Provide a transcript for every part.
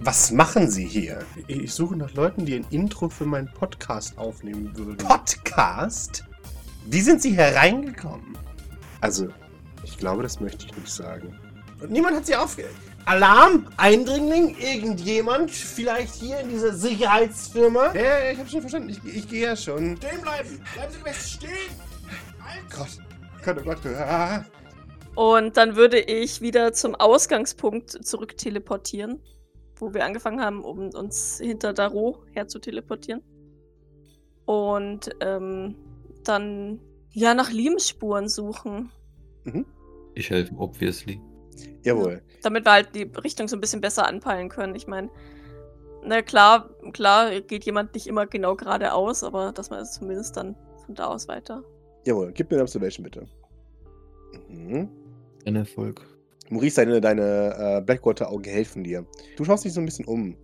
Was machen Sie hier? Ich suche nach Leuten, die ein Intro für meinen Podcast aufnehmen würden. Podcast? Wie sind Sie hereingekommen? Also, ich glaube, das möchte ich nicht sagen. Und niemand hat Sie Alarm? Eindringling? Irgendjemand? Vielleicht hier in dieser Sicherheitsfirma? Ja, ich habe schon verstanden. Ich gehe ja schon. Stehen bleiben! Bleiben Sie fest stehen! Gott, oh Gott. Ah. Und dann würde ich wieder zum Ausgangspunkt zurück teleportieren, wo wir angefangen haben, um uns hinter Daro her zu teleportieren. Und dann ja nach Liam-Spuren suchen. Mhm. Ich helfe, obviously. Jawohl. Damit wir halt die Richtung so ein bisschen besser anpeilen können. Ich meine, na klar geht jemand nicht immer genau geradeaus, aber dass man es zumindest dann von da aus weiter. Jawohl, gib mir eine Observation, bitte. Mhm. Ein Erfolg. Maurice, deine Blackwater-Augen helfen dir. Du schaust dich so ein bisschen um.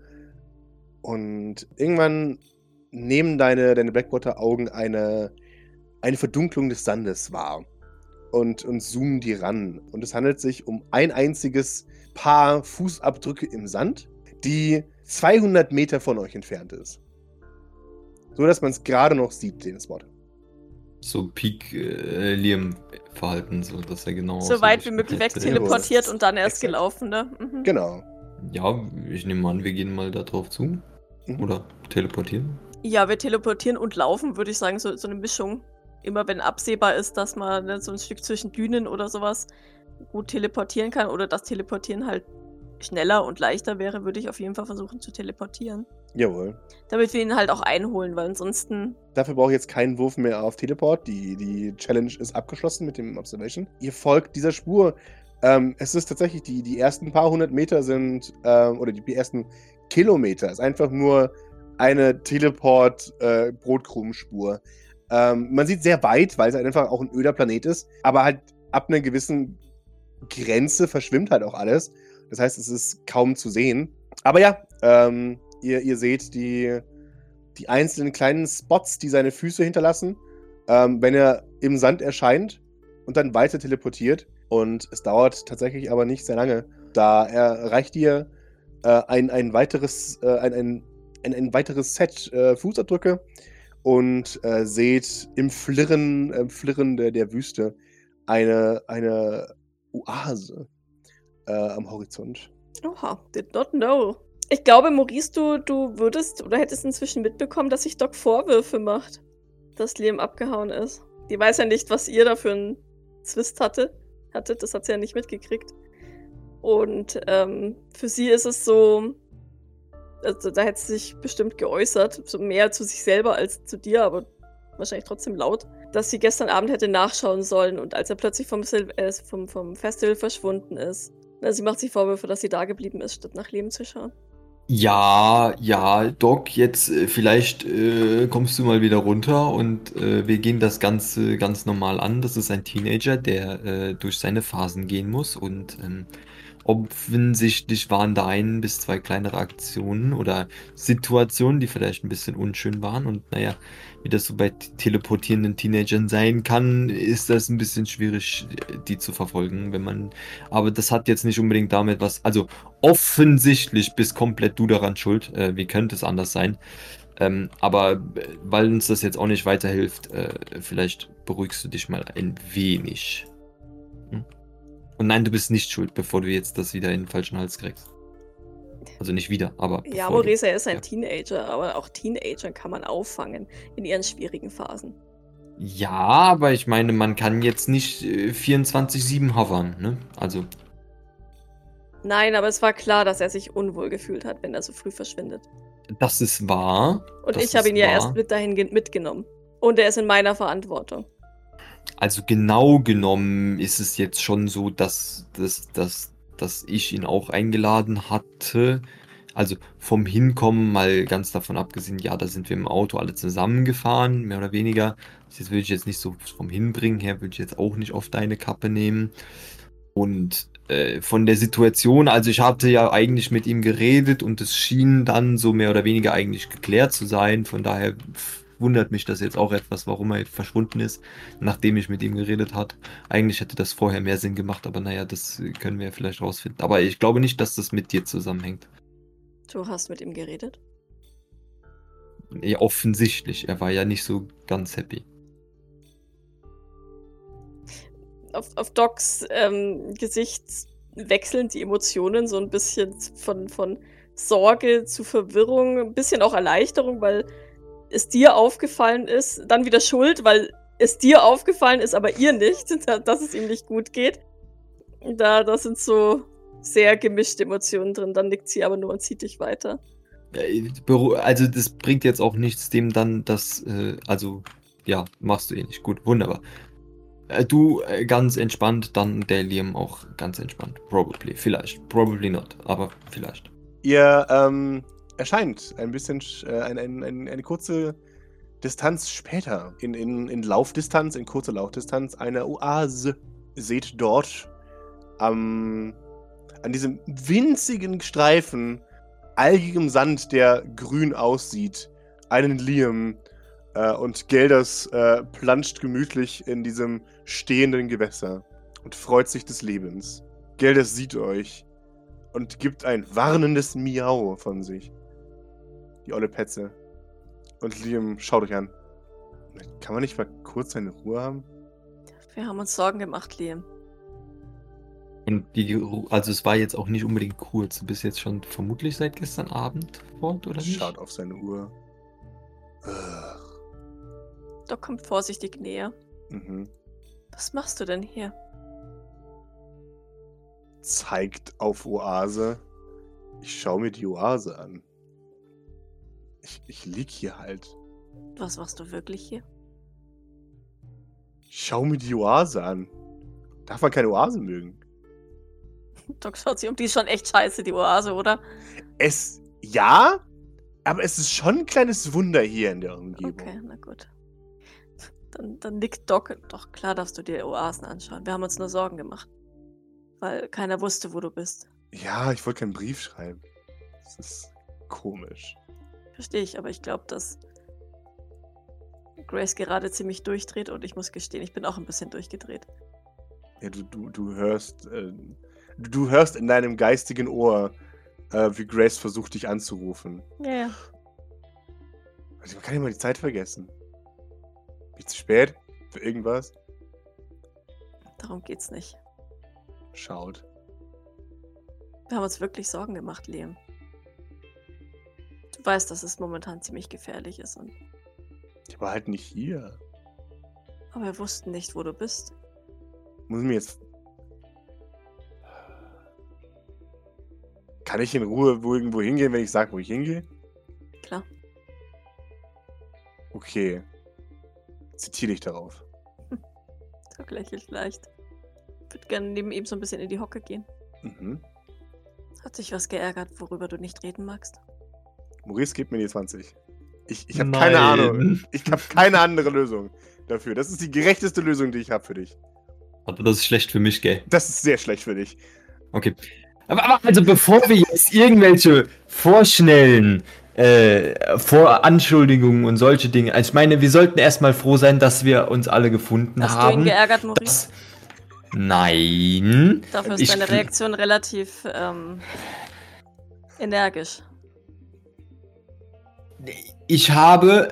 Und irgendwann nehmen deine Blackwater-Augen eine Verdunklung des Sandes wahr. Und zoomen die ran. Und es handelt sich um ein einziges Paar Fußabdrücke im Sand, die 200 Meter von euch entfernt ist. So, dass man es gerade noch sieht, den Spot. So Peak Liam-Verhalten, so dass er genau So weit wie möglich weg teleportiert und dann erst Exakt. gelaufen, ne? Mhm. Genau. Ja, ich nehme an, wir gehen mal da drauf zu. Mhm. Oder teleportieren. Ja, wir teleportieren und laufen, würde ich sagen, so eine Mischung. Immer wenn absehbar ist, dass man so ein Stück zwischen Dünen oder sowas gut teleportieren kann oder das Teleportieren halt schneller und leichter wäre, würde ich auf jeden Fall versuchen zu teleportieren. Jawohl. Damit wir ihn halt auch einholen, weil ansonsten... Dafür brauche ich jetzt keinen Wurf mehr auf Teleport. Die Challenge ist abgeschlossen mit dem Observation. Ihr folgt dieser Spur. Es ist tatsächlich, die ersten paar hundert Meter sind, oder die ersten Kilometer, ist einfach nur eine Teleport-Brotkrumenspur. Man sieht sehr weit, weil es halt einfach auch ein öder Planet ist, aber halt ab einer gewissen Grenze verschwimmt halt auch alles. Das heißt, es ist kaum zu sehen. Aber ja, ihr seht die einzelnen kleinen Spots, die seine Füße hinterlassen, wenn er im Sand erscheint und dann weiter teleportiert. Und es dauert tatsächlich aber nicht sehr lange. Da erreicht ihr ein weiteres Set Fußabdrücke und seht im Flirren der Wüste eine Oase am Horizont. Oha, did not know. Ich glaube, Maurice, du würdest oder hättest inzwischen mitbekommen, dass sich Doc Vorwürfe macht, dass Liam abgehauen ist. Die weiß ja nicht, was ihr da für einen Zwist hattet. Das hat sie ja nicht mitgekriegt. Und für sie ist es so, also da hätte sie sich bestimmt geäußert, so mehr zu sich selber als zu dir, aber wahrscheinlich trotzdem laut, dass sie gestern Abend hätte nachschauen sollen und als er plötzlich vom Festival verschwunden ist. Sie macht sich Vorwürfe, dass sie da geblieben ist, statt nach Leben zu schauen. Ja, Doc, jetzt vielleicht kommst du mal wieder runter und wir gehen das Ganze ganz normal an. Das ist ein Teenager, der durch seine Phasen gehen muss und offensichtlich waren da 1 bis 2 kleinere Aktionen oder Situationen, die vielleicht ein bisschen unschön waren und naja, wie das so bei teleportierenden Teenagern sein kann, ist das ein bisschen schwierig, die zu verfolgen, aber das hat jetzt nicht unbedingt damit was, also offensichtlich bist komplett du daran schuld, wie könnte es anders sein, aber weil uns das jetzt auch nicht weiterhilft, vielleicht beruhigst du dich mal ein wenig. Und nein, du bist nicht schuld, bevor du jetzt das wieder in den falschen Hals kriegst. Also nicht wieder, aber Ja, Maurice, er ist ein Teenager, aber auch Teenager kann man auffangen in ihren schwierigen Phasen. Ja, aber ich meine, man kann jetzt nicht 24/7 hovern, ne? Also. Nein, aber es war klar, dass er sich unwohl gefühlt hat, wenn er so früh verschwindet. Das ist wahr. Und ich habe ihn ja erst dahin mitgenommen. Und er ist in meiner Verantwortung. Also genau genommen ist es jetzt schon so, dass ich ihn auch eingeladen hatte. Also vom Hinkommen mal ganz davon abgesehen, ja, da sind wir im Auto alle zusammengefahren, mehr oder weniger. Das würde ich jetzt nicht so vom Hinbringen her, würde ich jetzt auch nicht auf deine Kappe nehmen. Und von der Situation, also ich hatte ja eigentlich mit ihm geredet und es schien dann so mehr oder weniger eigentlich geklärt zu sein. Von daher wundert mich das jetzt auch etwas, warum er verschwunden ist, nachdem ich mit ihm geredet habe. Eigentlich hätte das vorher mehr Sinn gemacht, aber naja, das können wir ja vielleicht rausfinden. Aber ich glaube nicht, dass das mit dir zusammenhängt. Du hast mit ihm geredet? Ja, offensichtlich. Er war ja nicht so ganz happy. Auf Docs Gesicht wechseln die Emotionen so ein bisschen von Sorge zu Verwirrung, ein bisschen auch Erleichterung, weil es dir aufgefallen ist, dann wieder Schuld, weil es dir aufgefallen ist, aber ihr nicht, dass es ihm nicht gut geht. Da sind so sehr gemischte Emotionen drin, dann nickt sie aber nur und zieht dich weiter. Also das bringt jetzt auch nichts dem dann, dass, also, ja, machst du eh nicht. Gut, wunderbar. Du ganz entspannt, dann der Liam auch ganz entspannt. Probably, vielleicht. Probably not, aber vielleicht. Ihr erscheint ein bisschen, eine kurze Distanz später, in Laufdistanz, in kurzer Laufdistanz, eine Oase. Seht dort an diesem winzigen Streifen algigem Sand, der grün aussieht, einen Liam, und Gelders planscht gemütlich in diesem stehenden Gewässer und freut sich des Lebens. Gelders sieht euch und gibt ein warnendes Miau von sich. Die olle Petze. Und Liam schaut euch an. Kann man nicht mal kurz seine Ruhe haben? Wir haben uns Sorgen gemacht, Liam. Und also es war jetzt auch nicht unbedingt kurz. Du bist jetzt schon vermutlich seit gestern Abend fort, oder nicht? Schaut auf seine Uhr. Doc kommt vorsichtig näher. Mhm. Was machst du denn hier? Zeigt auf Oase. Ich schaue mir die Oase an. Ich lieg hier halt. Was machst du wirklich hier? Ich schaue mir die Oase an. Darf man keine Oase mögen? Doc schaut sich um, die ist schon echt scheiße, die Oase, oder? Ja, aber es ist schon ein kleines Wunder hier in der Umgebung. Okay, na gut. Dann nickt Doc. Doch, klar darfst du dir Oasen anschauen. Wir haben uns nur Sorgen gemacht. Weil keiner wusste, wo du bist. Ja, ich wollte keinen Brief schreiben. Das ist komisch. Verstehe ich, aber ich glaube, dass Grace gerade ziemlich durchdreht und ich muss gestehen, ich bin auch ein bisschen durchgedreht. Ja, du hörst, du hörst in deinem geistigen Ohr, wie Grace versucht, dich anzurufen. Ja. Also, man kann ja mal die Zeit vergessen. Bin ich zu spät? Für irgendwas? Darum geht's nicht. Schaut. Wir haben uns wirklich Sorgen gemacht, Liam. Du weißt, dass es momentan ziemlich gefährlich ist. Ich war halt nicht hier. Aber wir wussten nicht, wo du bist. Muss ich mir jetzt... Kann ich in Ruhe irgendwo hingehen, wenn ich sage, wo ich hingehe? Klar. Okay. Zitiere dich darauf. Doc lächelt leicht. Ich würde gerne neben ihm so ein bisschen in die Hocke gehen. Mhm. Hat dich was geärgert, worüber du nicht reden magst? Maurice, gib mir die 20. Ich habe keine Ahnung. Nein. Ich habe keine andere Lösung dafür. Das ist die gerechteste Lösung, die ich habe für dich. Aber das ist schlecht für mich, gell? Das ist sehr schlecht für dich. Okay. Aber also bevor wir jetzt irgendwelche vorschnellen Voranschuldigungen und solche Dinge, also ich meine, wir sollten erstmal froh sein, dass wir uns alle gefunden Hast haben. du ihn geärgert, Maurice? Nein. Dafür ist deine Reaktion relativ energisch. Ich habe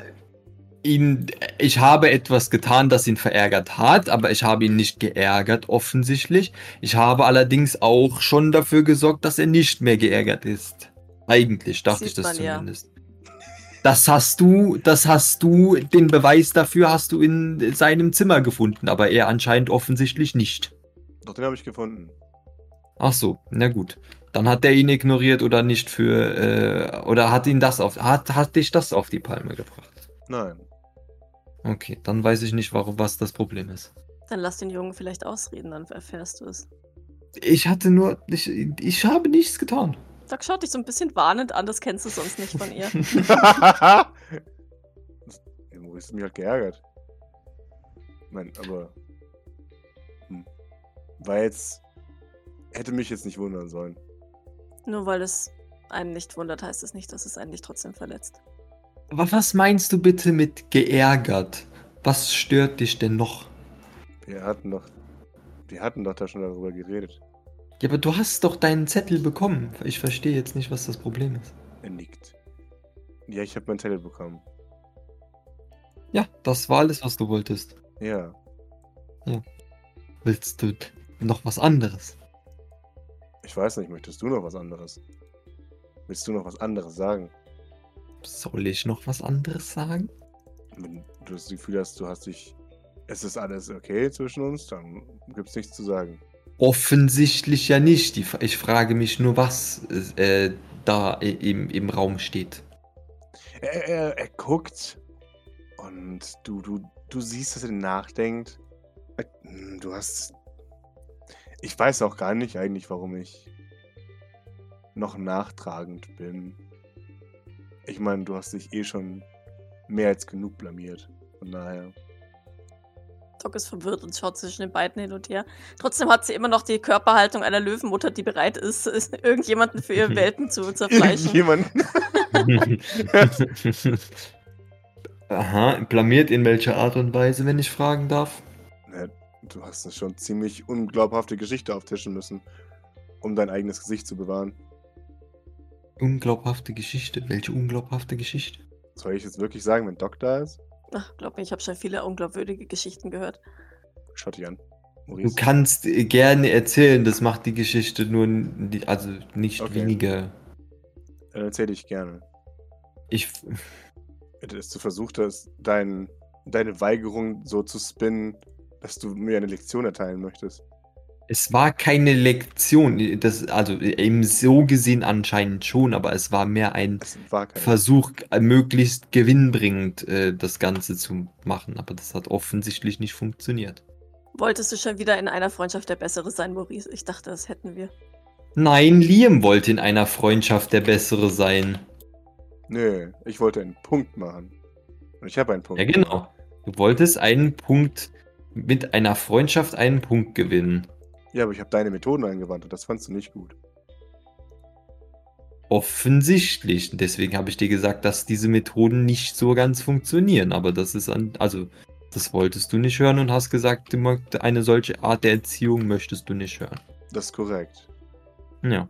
etwas getan, das ihn verärgert hat, aber ich habe ihn nicht geärgert, offensichtlich. Ich habe allerdings auch schon dafür gesorgt, dass er nicht mehr geärgert ist. Eigentlich dachte ich Sieht das man ja. zumindest. Das hast du, den Beweis dafür hast du in seinem Zimmer gefunden, aber er anscheinend offensichtlich nicht. Doch, den habe ich gefunden. Ach so, na gut. Dann hat er ihn ignoriert oder nicht oder hat dich das auf die Palme gebracht? Nein. Okay, dann weiß ich nicht, was das Problem ist. Dann lass den Jungen vielleicht ausreden, dann erfährst du es. Ich habe nichts getan. Doc schaut dich so ein bisschen warnend an, das kennst du sonst nicht von ihr. Ja, Maurice hat mich halt geärgert. Nein, aber... War jetzt... Hätte mich jetzt nicht wundern sollen. Nur weil es einen nicht wundert, heißt es nicht, dass es einen nicht trotzdem verletzt. Aber was meinst du bitte mit geärgert? Was stört dich denn noch? Wir hatten doch da schon darüber geredet. Ja, aber du hast doch deinen Zettel bekommen. Ich verstehe jetzt nicht, was das Problem ist. Er nickt. Ja, ich habe mein Tablet bekommen. Ja, das war alles, was du wolltest. Ja. Willst du noch was anderes? Ich weiß nicht, möchtest du noch was anderes? Willst du noch was anderes sagen? Soll ich noch was anderes sagen? Wenn du das Gefühl hast, es ist alles okay zwischen uns, dann gibt's nichts zu sagen. Offensichtlich ja nicht. Ich frage mich nur, was da im Raum steht. Er guckt und du siehst, dass er nachdenkt. Du hast. Ich weiß auch gar nicht eigentlich, warum ich noch nachtragend bin. Ich meine, du hast dich eh schon mehr als genug blamiert. Von daher. Doc ist verwirrt und schaut zwischen den beiden hin und her. Trotzdem hat sie immer noch die Körperhaltung einer Löwenmutter, die bereit ist, irgendjemanden für ihr Welpen zu zerfleischen. Irgendjemand. Aha, blamiert in welcher Art und Weise, wenn ich fragen darf? Ja, du hast eine schon ziemlich unglaubhafte Geschichte auftischen müssen, um dein eigenes Gesicht zu bewahren. Unglaubhafte Geschichte. Welche unglaubhafte Geschichte? Soll ich jetzt wirklich sagen, wenn Doc da ist? Ach, glaub mir, ich habe schon viele unglaubwürdige Geschichten gehört. Schaut dich an. Du Maurice. kannst gerne erzählen, das macht die Geschichte nur also nicht Okay. weniger. Dann erzähl ich gerne. Ich Dass du versucht hast, deine Weigerung so zu spinnen, dass du mir eine Lektion erteilen möchtest. Es war keine Lektion, also eben so gesehen anscheinend schon, aber es war mehr ein Es war keine. Versuch, möglichst gewinnbringend das Ganze zu machen, aber das hat offensichtlich nicht funktioniert. Wolltest du schon wieder in einer Freundschaft der Bessere sein, Maurice? Ich dachte, das hätten wir. Nein, Liam wollte in einer Freundschaft der Bessere sein. Nö, ich wollte einen Punkt machen. Und ich habe einen Punkt. Ja, genau. Du wolltest einen Punkt mit einer Freundschaft einen Punkt gewinnen. Ja, aber ich habe deine Methoden angewandt und das fandst du nicht gut. Offensichtlich. Deswegen habe ich dir gesagt, dass diese Methoden nicht so ganz funktionieren. Aber das ist also das wolltest du nicht hören und hast gesagt, eine solche Art der Erziehung möchtest du nicht hören. Das ist korrekt. Ja.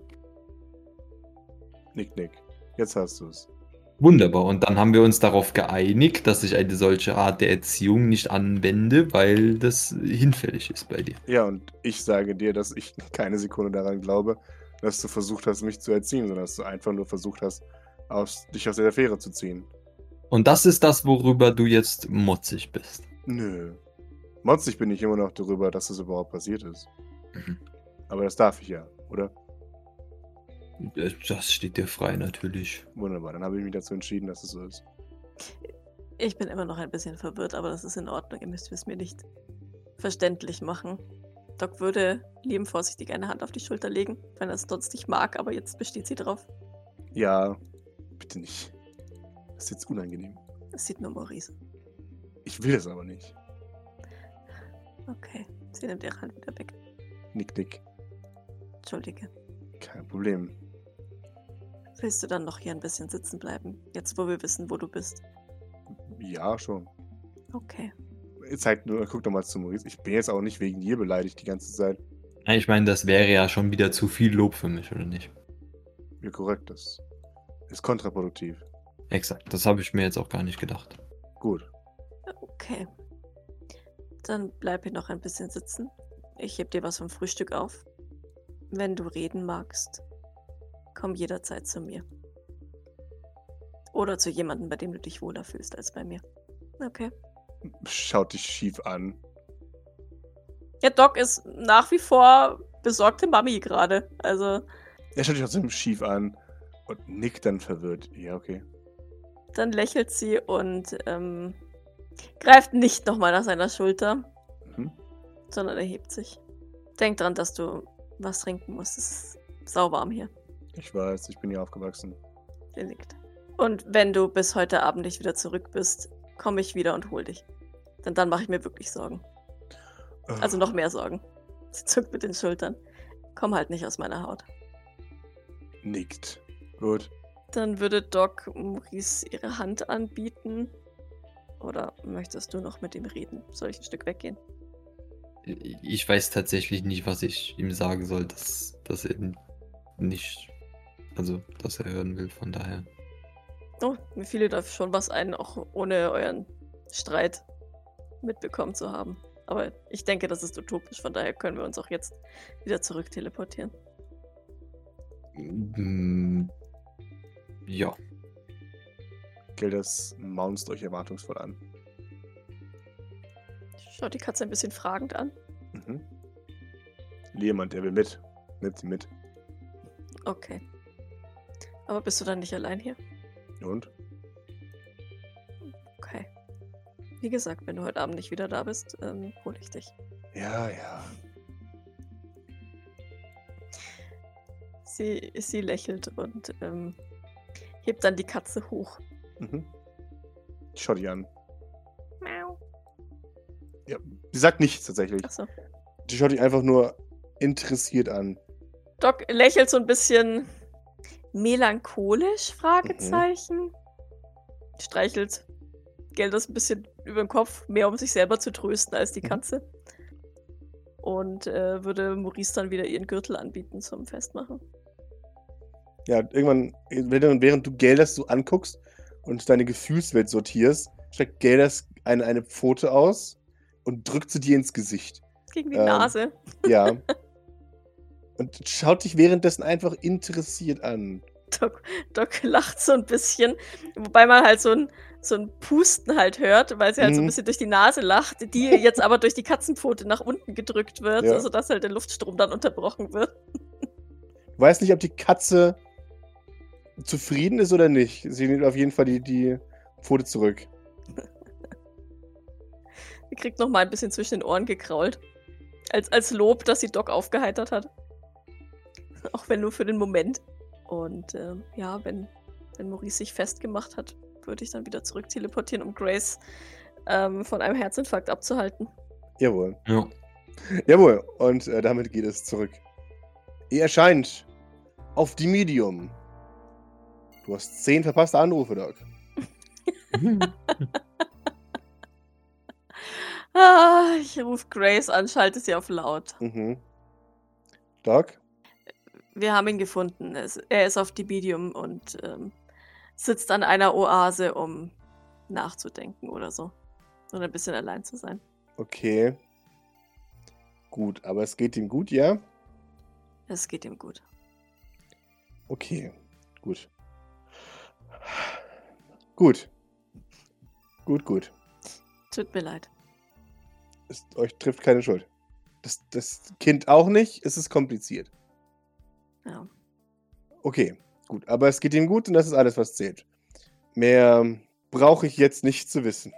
Nick. Jetzt hast du es. Wunderbar. Und dann haben wir uns darauf geeinigt, dass ich eine solche Art der Erziehung nicht anwende, weil das hinfällig ist bei dir. Ja, und ich sage dir, dass ich keine Sekunde daran glaube, dass du versucht hast, mich zu erziehen, sondern dass du einfach nur versucht hast, dich aus der Affäre zu ziehen. Und das ist das, worüber du jetzt motzig bist. Nö. Motzig bin ich immer noch darüber, dass das überhaupt passiert ist. Mhm. Aber das darf ich ja, oder? Das steht dir frei, natürlich. Wunderbar, dann habe ich mich dazu entschieden, dass es so ist. Ich bin immer noch ein bisschen verwirrt, aber das ist in Ordnung. Ihr müsst es mir nicht verständlich machen. Doc würde Liam vorsichtig eine Hand auf die Schulter legen, wenn er es sonst nicht mag, aber jetzt besteht sie drauf. Ja, bitte nicht. Das ist jetzt unangenehm. Es sieht nur Maurice. Ich will das aber nicht. Okay, sie nimmt ihre Hand wieder weg. Nick. Entschuldige. Kein Problem. Willst du dann noch hier ein bisschen sitzen bleiben, jetzt wo wir wissen, wo du bist? Ja, schon. Okay. Guck doch mal zu Maurice. Ich bin jetzt auch nicht wegen dir beleidigt die ganze Zeit. Ich meine, das wäre ja schon wieder zu viel Lob für mich, oder nicht? Ja, korrekt. Das ist kontraproduktiv. Exakt, das habe ich mir jetzt auch gar nicht gedacht. Gut. Okay. Dann bleib hier noch ein bisschen sitzen. Ich heb dir was vom Frühstück auf. Wenn du reden magst, komm jederzeit zu mir. Oder zu jemandem, bei dem du dich wohler fühlst als bei mir. Okay. Schaut dich schief an. Ja, Doc ist nach wie vor besorgte Mami gerade. Also, Er schaut dich trotzdem schief an und nickt dann verwirrt. Ja, okay. dann lächelt sie und greift nicht nochmal nach seiner Schulter, Mhm. sondern erhebt sich. Denk dran, dass du was trinken musst. Es ist sauwarm hier. Ich weiß, ich bin hier aufgewachsen. Er nickt. Und wenn du bis heute Abend nicht wieder zurück bist, komme ich wieder und hol dich. Denn dann mache ich mir wirklich Sorgen. Also noch mehr Sorgen. Sie zuckt mit den Schultern. Komm halt nicht aus meiner Haut. Nickt. Gut. Dann würde Doc Maurice ihre Hand anbieten. Oder möchtest du noch mit ihm reden? Soll ich ein Stück weggehen? Ich weiß tatsächlich nicht, was ich ihm sagen soll, dass er nicht Also, dass er hören will, von daher. Oh, mir fiel da schon was ein, auch ohne euren Streit mitbekommen zu haben. Aber ich denke, das ist utopisch, von daher können wir uns auch jetzt wieder zurück teleportieren. Ja. Gelders maunzt euch erwartungsvoll an. Schaut die Katze ein bisschen fragend an. Mhm. Jemand, der will mit. Nimmt sie mit. Okay. Aber bist du dann nicht allein hier? Und? Okay. Wie gesagt, wenn du heute Abend nicht wieder da bist, hole ich dich. Ja, ja. Sie lächelt und hebt dann die Katze hoch. Mhm. Ich schau dich an. Miau. Sie sagt nichts tatsächlich. Achso. Sie schaut dich einfach nur interessiert an. Doc lächelt so ein bisschen melancholisch, Fragezeichen. Streichelt Gelders ein bisschen über den Kopf, mehr um sich selber zu trösten als die Katze. Und würde Maurice dann wieder ihren Gürtel anbieten zum Festmachen. Ja, irgendwann, während du Gelders so anguckst und deine Gefühlswelt sortierst, streckt Gelders eine Pfote aus und drückt sie dir ins Gesicht. Gegen die Nase. Ja. Und schaut dich währenddessen einfach interessiert an. Doc lacht so ein bisschen, wobei man halt so ein Pusten halt hört, weil sie halt so ein bisschen durch die Nase lacht, die jetzt aber durch die Katzenpfote nach unten gedrückt wird, Ja. sodass halt der Luftstrom dann unterbrochen wird. Du weißt nicht, ob die Katze zufrieden ist oder nicht. Sie nimmt auf jeden Fall die Pfote zurück. Sie kriegt noch mal ein bisschen zwischen den Ohren gekrault. Als Lob, dass sie Doc aufgeheitert hat. Auch wenn nur für den Moment. Und ja, wenn Maurice sich festgemacht hat, würde ich dann wieder zurück teleportieren, um Grace von einem Herzinfarkt abzuhalten. Jawohl. Ja. Jawohl. Und damit geht es zurück. Ihr erscheint auf die Medium. Du hast 10 verpasste Anrufe, Doc. Ich rufe Grace an, schalte sie auf laut. Mhm. Doc? Wir haben ihn gefunden. Er ist auf die Medium und sitzt an einer Oase, um nachzudenken oder so. Und ein bisschen allein zu sein. Okay. Gut, aber es geht ihm gut, ja? Es geht ihm gut. Okay, gut. Gut. Gut. Tut mir leid. Euch trifft keine Schuld. Das Kind auch nicht, es ist kompliziert. Ja. Okay, gut. Aber es geht ihm gut und das ist alles, was zählt. Mehr brauche ich jetzt nicht zu wissen.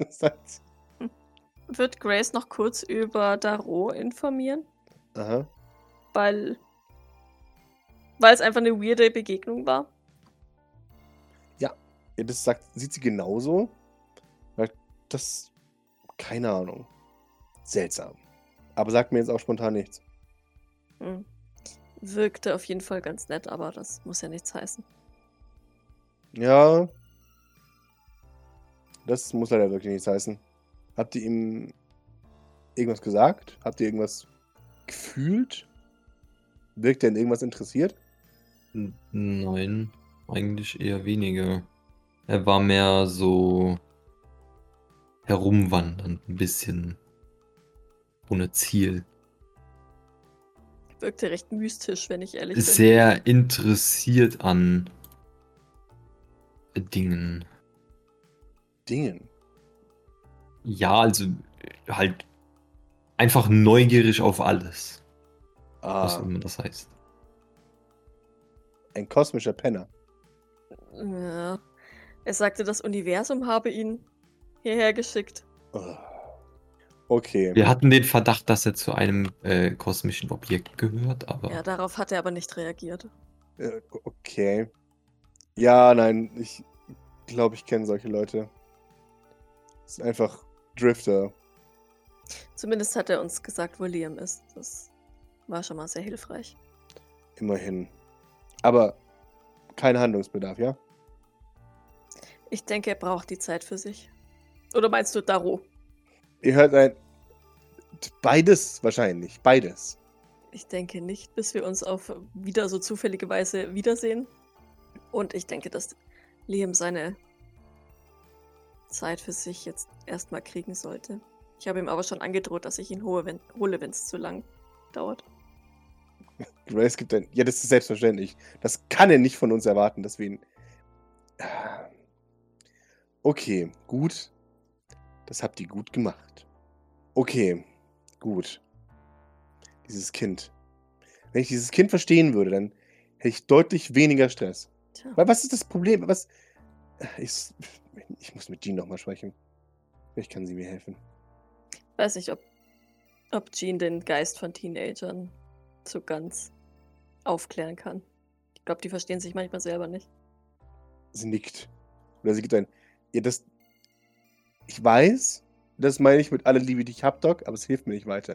Wird Grace noch kurz über Darrow informieren? Aha. Weil es einfach eine weirde Begegnung war? Ja, das sieht sie genauso. Weil das, keine Ahnung. Seltsam. Aber sagt mir jetzt auch spontan nichts. Hm. Wirkte auf jeden Fall ganz nett, aber das muss ja nichts heißen. Ja. Das muss leider wirklich nichts heißen. Habt ihr ihm irgendwas gesagt? Habt ihr irgendwas gefühlt? Wirkt er in irgendwas interessiert? Nein, eigentlich eher weniger. Er war mehr so herumwandernd, ein bisschen ohne Ziel. Wirkte recht mystisch, wenn ich ehrlich bin. Sehr interessiert an Dingen. Dingen. Ja, also halt einfach neugierig auf alles, was immer das heißt. Ein kosmischer Penner. Ja. Er sagte, das Universum habe ihn hierher geschickt. Oh. Okay. Wir hatten den Verdacht, dass er zu einem kosmischen Objekt gehört, aber Ja, darauf hat er aber nicht reagiert. Okay. Ja, nein, ich glaube, ich kenne solche Leute. Das sind einfach Drifter. Zumindest hat er uns gesagt, wo Liam ist. Das war schon mal sehr hilfreich. Immerhin. Aber kein Handlungsbedarf, ja? Ich denke, er braucht die Zeit für sich. Oder meinst du Darrow? Ihr hört beides wahrscheinlich. Beides. Ich denke nicht, bis wir uns auf wieder so zufällige Weise wiedersehen. Und ich denke, dass Liam seine Zeit für sich jetzt erstmal kriegen sollte. Ich habe ihm aber schon angedroht, dass ich ihn hole, wenn es zu lang dauert. Grace gibt ein. Ja, das ist selbstverständlich. Das kann er nicht von uns erwarten, dass wir ihn. Okay, gut. Das habt ihr gut gemacht. Okay, gut. Dieses Kind. Wenn ich dieses Kind verstehen würde, dann hätte ich deutlich weniger Stress. Tja. Weil was ist das Problem? Ich muss mit Jean nochmal sprechen. Vielleicht kann sie mir helfen. Weiß nicht, ob Jean den Geist von Teenagern so ganz aufklären kann. Ich glaube, die verstehen sich manchmal selber nicht. Sie nickt. Oder sie gibt ein. Ja, das. Ich weiß, das meine ich mit aller Liebe, die ich hab, Doc, aber es hilft mir nicht weiter.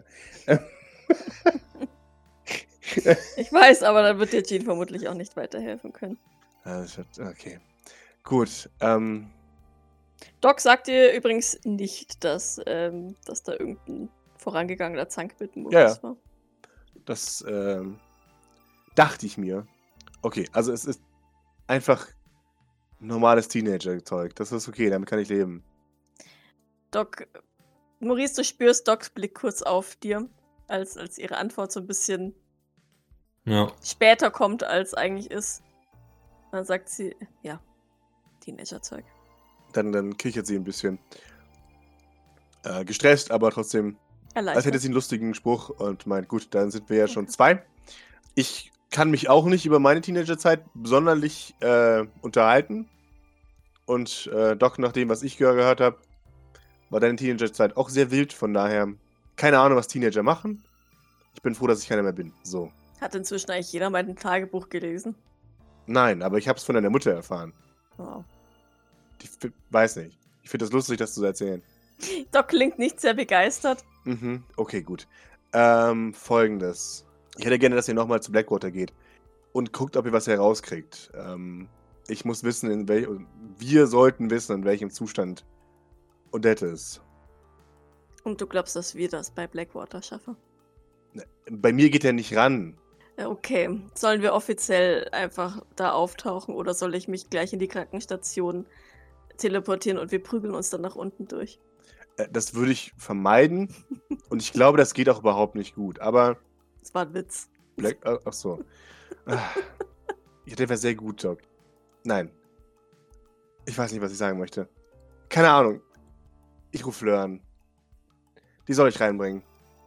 Ich weiß, aber dann wird dir Jean vermutlich auch nicht weiterhelfen können. Okay. Gut. Doc sagt dir übrigens nicht, dass da irgendein vorangegangener Zank mit Maurice war. Das dachte ich mir. Okay, also es ist einfach normales Teenager-Zeug. Das ist okay, damit kann ich leben. Doc, Maurice, du spürst Docs Blick kurz auf dir, als ihre Antwort so ein bisschen später kommt, als eigentlich ist. Dann sagt sie, ja, Teenager-Zeug. Dann kichert sie ein bisschen. Gestresst, aber trotzdem, als hätte sie einen lustigen Spruch und meint, gut, dann sind wir ja schon zwei. Ich kann mich auch nicht über meine Teenagerzeit sonderlich unterhalten. Und Doc, nach dem, was ich gehört habe, war deine Teenagerzeit auch sehr wild. Von daher, keine Ahnung, was Teenager machen. Ich bin froh, dass ich keiner mehr bin. So. Hat inzwischen eigentlich jeder mein Tagebuch gelesen? Nein, aber ich habe es von deiner Mutter erfahren. Wow. Ich weiß nicht. Ich finde das lustig, das zu erzählen. Doc klingt nicht sehr begeistert. Okay, gut. Folgendes. Ich hätte gerne, dass ihr nochmal zu Blackwater geht und guckt, ob ihr was herauskriegt. Ich muss wissen, wir sollten wissen, in welchem Zustand Odette ist. Und du glaubst, dass wir das bei Blackwater schaffen? Bei mir geht er nicht ran. Okay. Sollen wir offiziell einfach da auftauchen oder soll ich mich gleich in die Krankenstation teleportieren und wir prügeln uns dann nach unten durch? Das würde ich vermeiden und ich glaube, das geht auch überhaupt nicht gut, aber... Das war ein Witz. Achso. Der wäre sehr gut, Doc. Nein. Ich weiß nicht, was ich sagen möchte. Keine Ahnung. Ich rufe Fleur an. Die soll ich reinbringen.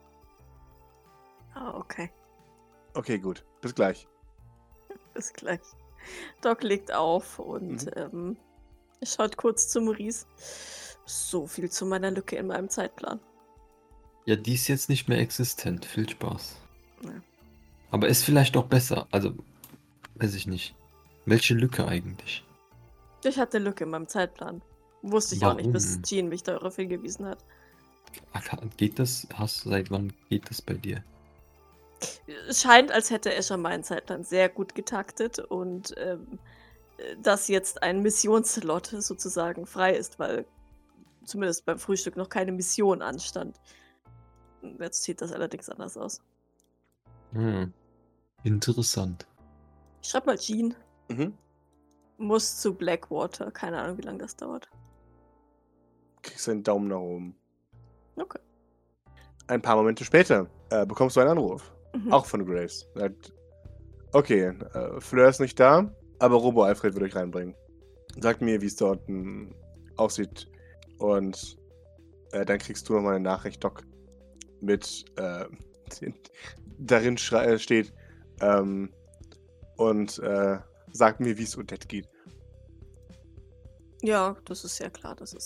Okay. Okay, gut. Bis gleich. Bis gleich. Doc legt auf und schaut kurz zu Maurice. So viel zu meiner Lücke in meinem Zeitplan. Ja, die ist jetzt nicht mehr existent. Viel Spaß. Ja. Aber ist vielleicht auch besser. Also, weiß ich nicht. Welche Lücke eigentlich? Ich hatte eine Lücke in meinem Zeitplan. Wusste ich auch nicht, bis Jean mich darauf hingewiesen hat. Geht das? Seit wann geht das bei dir? Es scheint, als hätte Escher meinen Zeitplan sehr gut getaktet und dass jetzt ein Missionsslot sozusagen frei ist, weil zumindest beim Frühstück noch keine Mission anstand. Jetzt sieht das allerdings anders aus. Interessant. Ich schreib mal Jean. Muss zu Blackwater. Keine Ahnung, wie lange das dauert. Kriegst einen Daumen nach oben. Okay. Ein paar Momente später bekommst du einen Anruf. Auch von Graves. Okay, Fleur ist nicht da, aber Robo Alfred wird euch reinbringen. Sagt mir, wie es dort aussieht. Und dann kriegst du nochmal eine Nachricht, Doc, mit darin steht und sagt mir, wie es Odette geht. Ja, das ist ja klar, das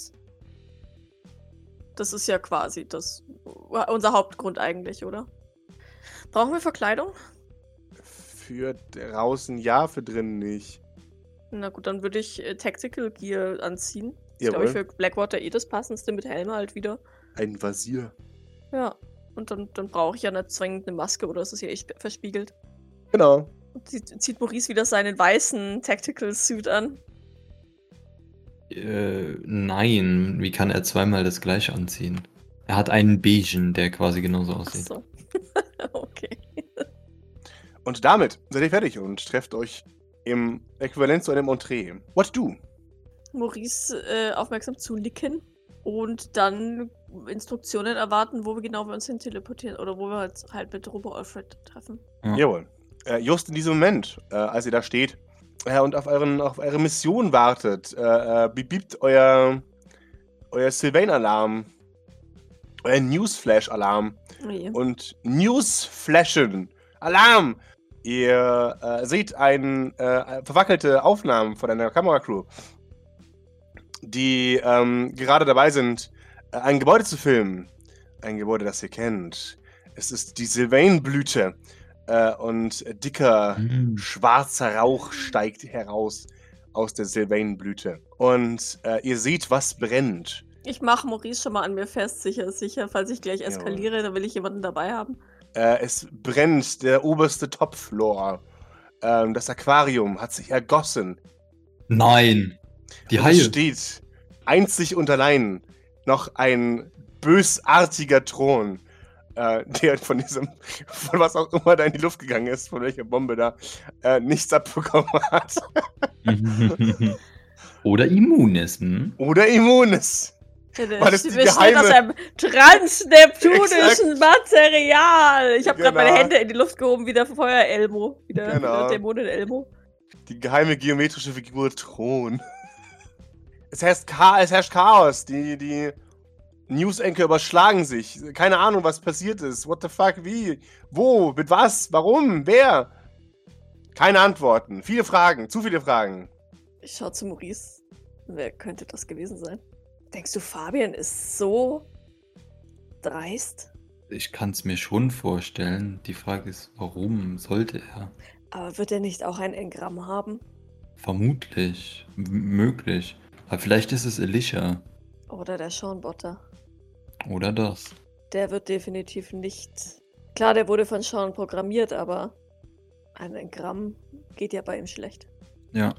ist ja quasi unser Hauptgrund eigentlich, oder? Brauchen wir Verkleidung? Für draußen ja, für drinnen nicht. Na gut, dann würde ich Tactical Gear anziehen. Das ist, Jawohl. glaube ich, für Blackwater das passendste mit Helme halt wieder. Ein Visier. Ja, und dann brauche ich ja nicht zwingend eine Maske, oder ist das ja echt verspiegelt? Genau. Und zieht Maurice wieder seinen weißen Tactical Suit an? Nein. Wie kann er zweimal das gleiche anziehen? Er hat einen beigen, der quasi genauso aussieht. Achso. Okay. Und damit seid ihr fertig und trefft euch im Äquivalent zu einem Entree. What do? Maurice aufmerksam zulicken und dann Instruktionen erwarten, wo wir uns hin teleportieren oder wo wir halt mit Robo Alfred treffen. Ja. Jawohl. Just in diesem Moment, als ihr da steht und auf eure Mission wartet, biebt euer Sylvain-Alarm, euer Newsflash-Alarm Oh und Newsflashen. Alarm! Ihr seht verwackelte Aufnahmen von einer Kameracrew, die gerade dabei sind, ein Gebäude zu filmen. Ein Gebäude, das ihr kennt. Es ist die Sylvain-Blüte. Und dicker, schwarzer Rauch steigt heraus aus der Sylvain-Blüte. Und ihr seht, was brennt. Ich mache Maurice schon mal an mir fest, sicher, falls ich gleich eskaliere, dann will ich jemanden dabei haben. Es brennt der oberste Topfloor. Das Aquarium hat sich ergossen. Nein! Die Und Haie! es steht einzig und allein noch ein bösartiger Thron, der von was auch immer da in die Luft gegangen ist, von welcher Bombe da, nichts abbekommen hat. Oder immun ist, hm? Oder immun ist. Weil es die Besteht geheime- aus einem transneptunischen Material. Ich habe gerade Genau. meine Hände in die Luft gehoben, wie der Feuer-Elmo. Wie der Genau. Dämonen-Elmo. Die geheime geometrische Figur Thron. Es herrscht Chaos. Die News-Anchor überschlagen sich. Keine Ahnung, was passiert ist. What the fuck? Wie? Wo? Mit was? Warum? Wer? Keine Antworten. Viele Fragen. Zu viele Fragen. Ich schaue zu Maurice. Wer könnte das gewesen sein? Denkst du, Fabian ist so dreist? Ich kann es mir schon vorstellen. Die Frage ist, warum sollte er? Aber wird er nicht auch ein Engramm haben? Vermutlich. Möglich. Aber vielleicht ist es Elisha. Oder der Sean Botter? Oder das. Der wird definitiv nicht... Klar, der wurde von Sean programmiert, aber ein Engramm geht ja bei ihm schlecht. Ja.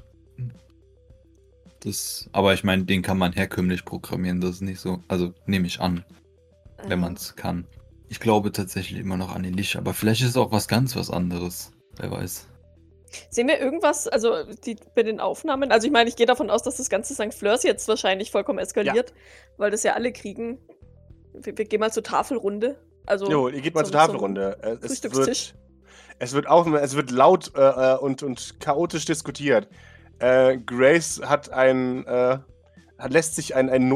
Aber ich meine, den kann man herkömmlich programmieren. Das ist nicht so. Also nehme ich an, wenn man es kann. Ich glaube tatsächlich immer noch an Elisha. Aber vielleicht ist es auch was anderes. Wer weiß. Sehen wir irgendwas, also bei den Aufnahmen? Also ich meine, ich gehe davon aus, dass das ganze St. Fleurs jetzt wahrscheinlich vollkommen eskaliert, weil das ja alle kriegen. Wir gehen mal zur Tafelrunde. Also Jo, ihr geht mal zum- zur Tafelrunde. Frühstückstisch. Es wird laut und chaotisch diskutiert. Grace lässt sich einen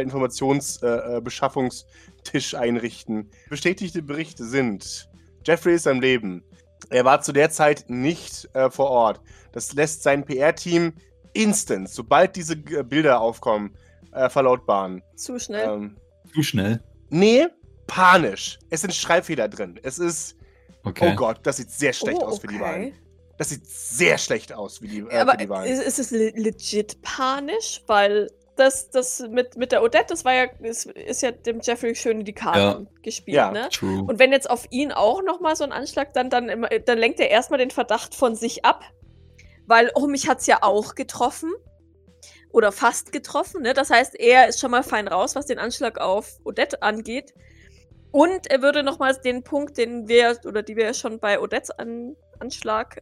Notfall-Informationsbeschaffungstisch einrichten. Bestätigte Berichte sind: Jeffrey ist am Leben. Er war zu der Zeit nicht vor Ort. Das lässt sein PR-Team instant, sobald diese Bilder aufkommen, verlautbaren. Zu schnell. Zu schnell. Nee, panisch. Es sind Schreibfehler drin. Es ist. Okay. Oh Gott, das sieht sehr schlecht aus für die Wahlen. Das sieht sehr schlecht aus für die Aber für die Wahlen. ist es legit panisch? Weil das mit der Odette, das war ja, ist ja dem Jeffrey schön in die Karten gespielt, Ja. ne? True. Und wenn jetzt auf ihn auch nochmal so ein Anschlag, dann lenkt er erstmal den Verdacht von sich ab. Weil, mich hat's ja auch getroffen. Oder fast getroffen, ne? Das heißt, er ist schon mal fein raus, was den Anschlag auf Odette angeht. Und er würde nochmals den Punkt, die wir ja schon bei Odettes Anschlag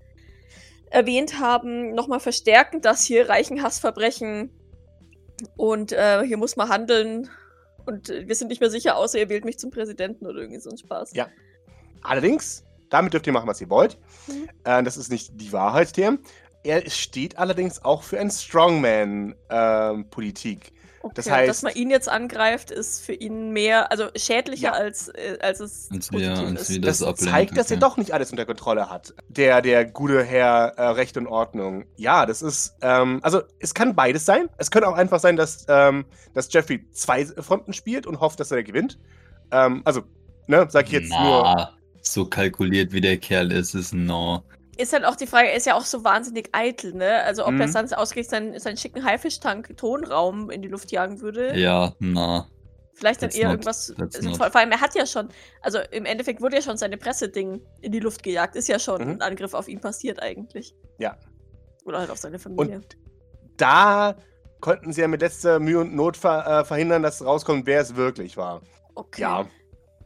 erwähnt haben, nochmal verstärken, dass hier reichen Hassverbrechen und hier muss man handeln und wir sind nicht mehr sicher, außer ihr wählt mich zum Präsidenten oder irgendwie so ein Spaß. Ja. Allerdings, damit dürft ihr machen, was ihr wollt. Das ist nicht die Wahrheit, Tim. Er steht allerdings auch für ein Strongman-Politik. Okay, Das heißt- dass man ihn jetzt angreift, ist für ihn mehr, also schädlicher Ja. als es Als positiv wir ist. das Das ablehnen, zeigt, dass er okay. doch nicht alles unter Kontrolle hat. Der gute Herr Recht und Ordnung. Ja, das ist, also es kann beides sein. Es könnte auch einfach sein, dass Jeffrey zwei Fronten spielt und hofft, dass er gewinnt. Also, ne, sag ich jetzt nur. So kalkuliert wie der Kerl ist no. Ist halt auch die Frage, er ist ja auch so wahnsinnig eitel, ne? Also ob Mhm. er sonst ausgerechnet seinen schicken Haifischtank-Tonraum in die Luft jagen würde. Ja, na. Vielleicht dann That's eher not- irgendwas. that's Also not. vor allem, er hat ja schon, also im Endeffekt wurde ja schon seine Presseding in die Luft gejagt. Ist ja schon ein Angriff auf ihn passiert eigentlich. Ja. Oder halt auf seine Familie. Und da konnten sie ja mit letzter Mühe und Not verhindern, dass rauskommt, wer es wirklich war. Okay. Ja.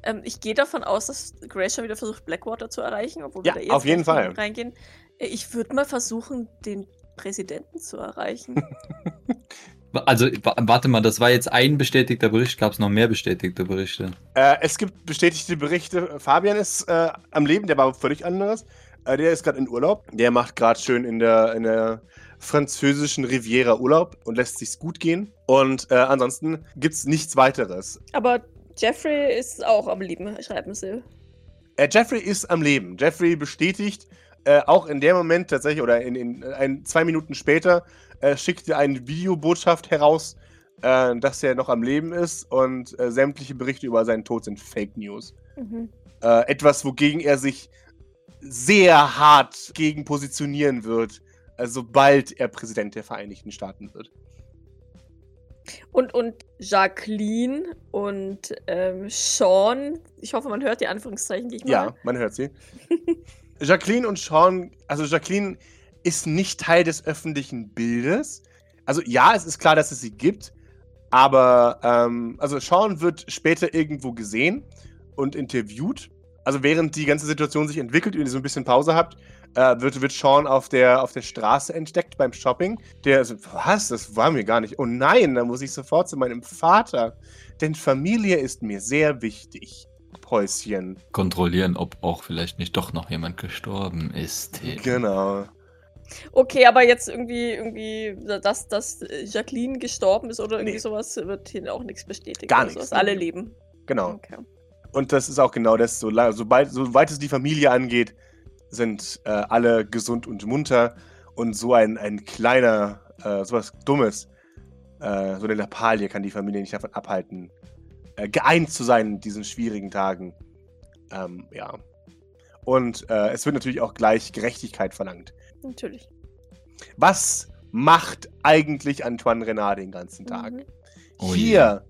Ich gehe davon aus, dass Grace schon wieder versucht, Blackwater zu erreichen, obwohl Ja, wir da auf jeden gleich Fall. reingehen. Ich würde mal versuchen, den Präsidenten zu erreichen. Also, warte mal, das war jetzt ein bestätigter Bericht. Gab es noch mehr bestätigte Berichte? Es gibt bestätigte Berichte. Fabian ist am Leben, der war völlig anderes. Der ist gerade in Urlaub. Der macht gerade schön in der französischen Riviera Urlaub und lässt sich's gut gehen. Und ansonsten gibt's nichts weiteres. Aber Jeffrey ist auch am Leben, schreiben sie. Jeffrey ist am Leben. Jeffrey bestätigt, auch in dem Moment tatsächlich, oder in 2 Minuten später, schickte eine Videobotschaft heraus, dass er noch am Leben ist und sämtliche Berichte über seinen Tod sind Fake News. Mhm. Etwas, wogegen er sich sehr hart gegen positionieren wird, sobald er Präsident der Vereinigten Staaten wird. Und Jacqueline und Sean, ich hoffe, man hört die Anführungszeichen, die ich mache. Ja, man hört sie. Jacqueline und Sean, also Jacqueline ist nicht Teil des öffentlichen Bildes. Also ja, es ist klar, dass es sie gibt, aber also Sean wird später irgendwo gesehen und interviewt. Also während die ganze Situation sich entwickelt und ihr so ein bisschen Pause habt, wird Sean auf der Straße entdeckt beim Shopping. Der so, was? Das war mir gar nicht. Oh nein, da muss ich sofort zu meinem Vater. Denn Familie ist mir sehr wichtig. Päuschen. Kontrollieren, ob auch vielleicht nicht doch noch jemand gestorben ist. Genau. Okay, aber jetzt irgendwie, dass Jacqueline gestorben ist oder irgendwie Nee. sowas, wird hier auch nichts bestätigt. Gar Also, nichts. dass alle leben. Genau. Okay. Und das ist auch genau das. Soweit es die Familie angeht, sind alle gesund und munter. Und so ein kleiner, sowas Dummes, so eine Lappalie kann die Familie nicht davon abhalten, geeint zu sein in diesen schwierigen Tagen. Ja. Und es wird natürlich auch gleich Gerechtigkeit verlangt. Natürlich. Was macht eigentlich Antoine Renard den ganzen Tag? Mhm. Oh Hier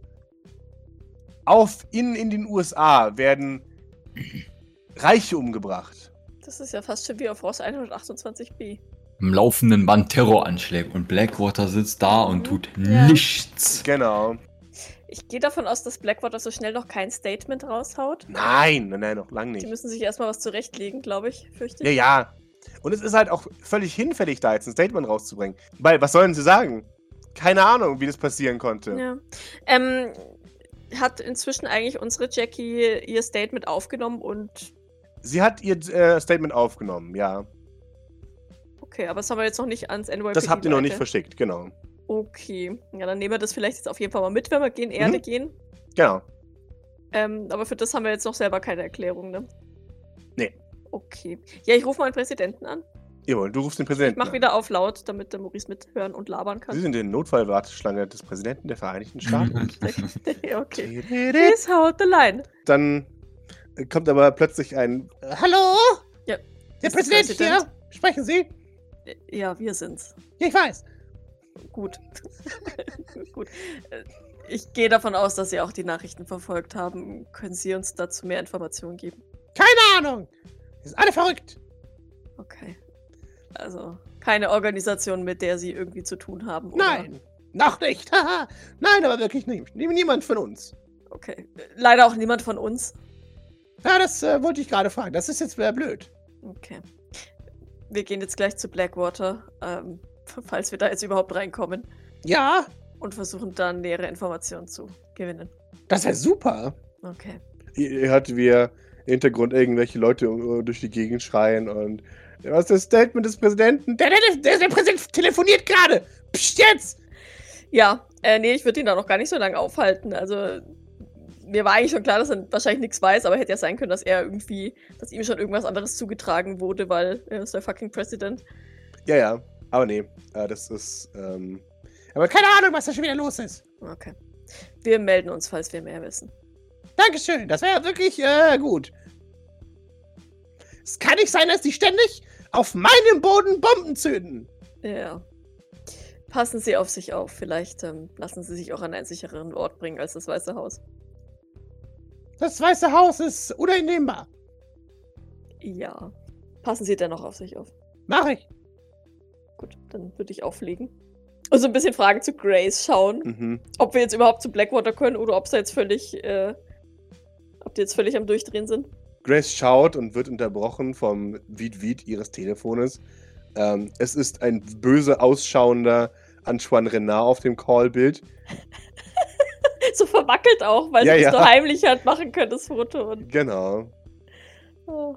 in den USA werden Reiche umgebracht. Das ist ja fast schon wie auf Ross 128b. Im laufenden Band Terroranschläge und Blackwater sitzt da und tut Ja. nichts. Genau. Ich gehe davon aus, dass Blackwater so schnell noch kein Statement raushaut. Nein, noch lange Die nicht. müssen sich erstmal was zurechtlegen, glaube ich, fürchte Ja, ich. ja. Und es ist halt auch völlig hinfällig, da jetzt ein Statement rauszubringen. Weil, was sollen sie sagen? Keine Ahnung, wie das passieren konnte. Ja. Hat inzwischen eigentlich unsere Jackie ihr Statement aufgenommen und. Sie hat ihr Statement aufgenommen, ja. Okay, aber das haben wir jetzt noch nicht ans NYPD. Das habt ihr noch nicht weiter. verschickt, genau. Okay. Ja, dann nehmen wir das vielleicht jetzt auf jeden Fall mal mit, wenn wir gegen Erde gehen. Genau. Aber für das haben wir jetzt noch selber keine Erklärung, ne? Nee. Okay. Ja, ich rufe mal den Präsidenten an. Jawohl, du rufst den Ich Präsidenten mach an. wieder auf laut, damit der Maurice mithören und labern Sie kann. sind in der Notfallwarteschlange des Präsidenten der Vereinigten Staaten. Ja, okay. Please hold the line. Dann kommt aber plötzlich ein Hallo? Ja. Der ist Präsident Präsident. hier? Sprechen Sie? Ja, wir sind's. Ja, ich weiß. Gut. Gut. Ich gehe davon aus, dass Sie auch die Nachrichten verfolgt haben. Können Sie uns dazu mehr Informationen geben? Keine Ahnung. Die sind alle verrückt. Okay. Also, keine Organisation, mit der Sie irgendwie zu tun haben, oder? Nein, noch nicht. Haha. Nein, aber wirklich nicht. Niemand von uns. Okay. Leider auch niemand von uns. Ja, das wollte ich gerade fragen. Das ist jetzt blöd. Okay. Wir gehen jetzt gleich zu Blackwater, falls wir da jetzt überhaupt reinkommen. Ja, Und versuchen dann nähere Informationen zu gewinnen. das wäre super. Okay. Ihr hört, wie im Hintergrund irgendwelche Leute durch die Gegend schreien und was ist das Statement des Präsidenten? Der Präsident telefoniert gerade. Psst, jetzt! Ja, nee, ich würde ihn da noch gar nicht so lange aufhalten. Also, mir war eigentlich schon klar, dass er wahrscheinlich nichts weiß, aber hätte ja sein können, dass dass ihm schon irgendwas anderes zugetragen wurde, weil er ist der fucking President. Ja, aber nee, das ist, aber keine Ahnung, was da schon wieder los ist. Okay. Wir melden uns, falls wir mehr wissen. Dankeschön, das wäre wirklich, gut. Es kann nicht sein, dass die ständig auf meinem Boden Bomben zünden. Ja. Passen Sie auf sich auf. Vielleicht lassen Sie sich auch an einen sichereren Ort bringen als das Weiße Haus. Das Weiße Haus ist uneinnehmbar. Ja. Passen Sie dennoch auf sich auf. Mach ich. Gut, dann würde ich auflegen. Und so ein bisschen Fragen zu Grace schauen. Mhm. Ob wir jetzt überhaupt zu Blackwater können oder ob es jetzt völlig ob die jetzt völlig am Durchdrehen sind. Grace schaut und wird unterbrochen vom Wied ihres Telefones. Es ist ein böse ausschauender Antoine Renard auf dem Callbild. So verwackelt auch, weil Ja, sie das ja. nur heimlich halt machen können, das Foto. Und, Genau. oh.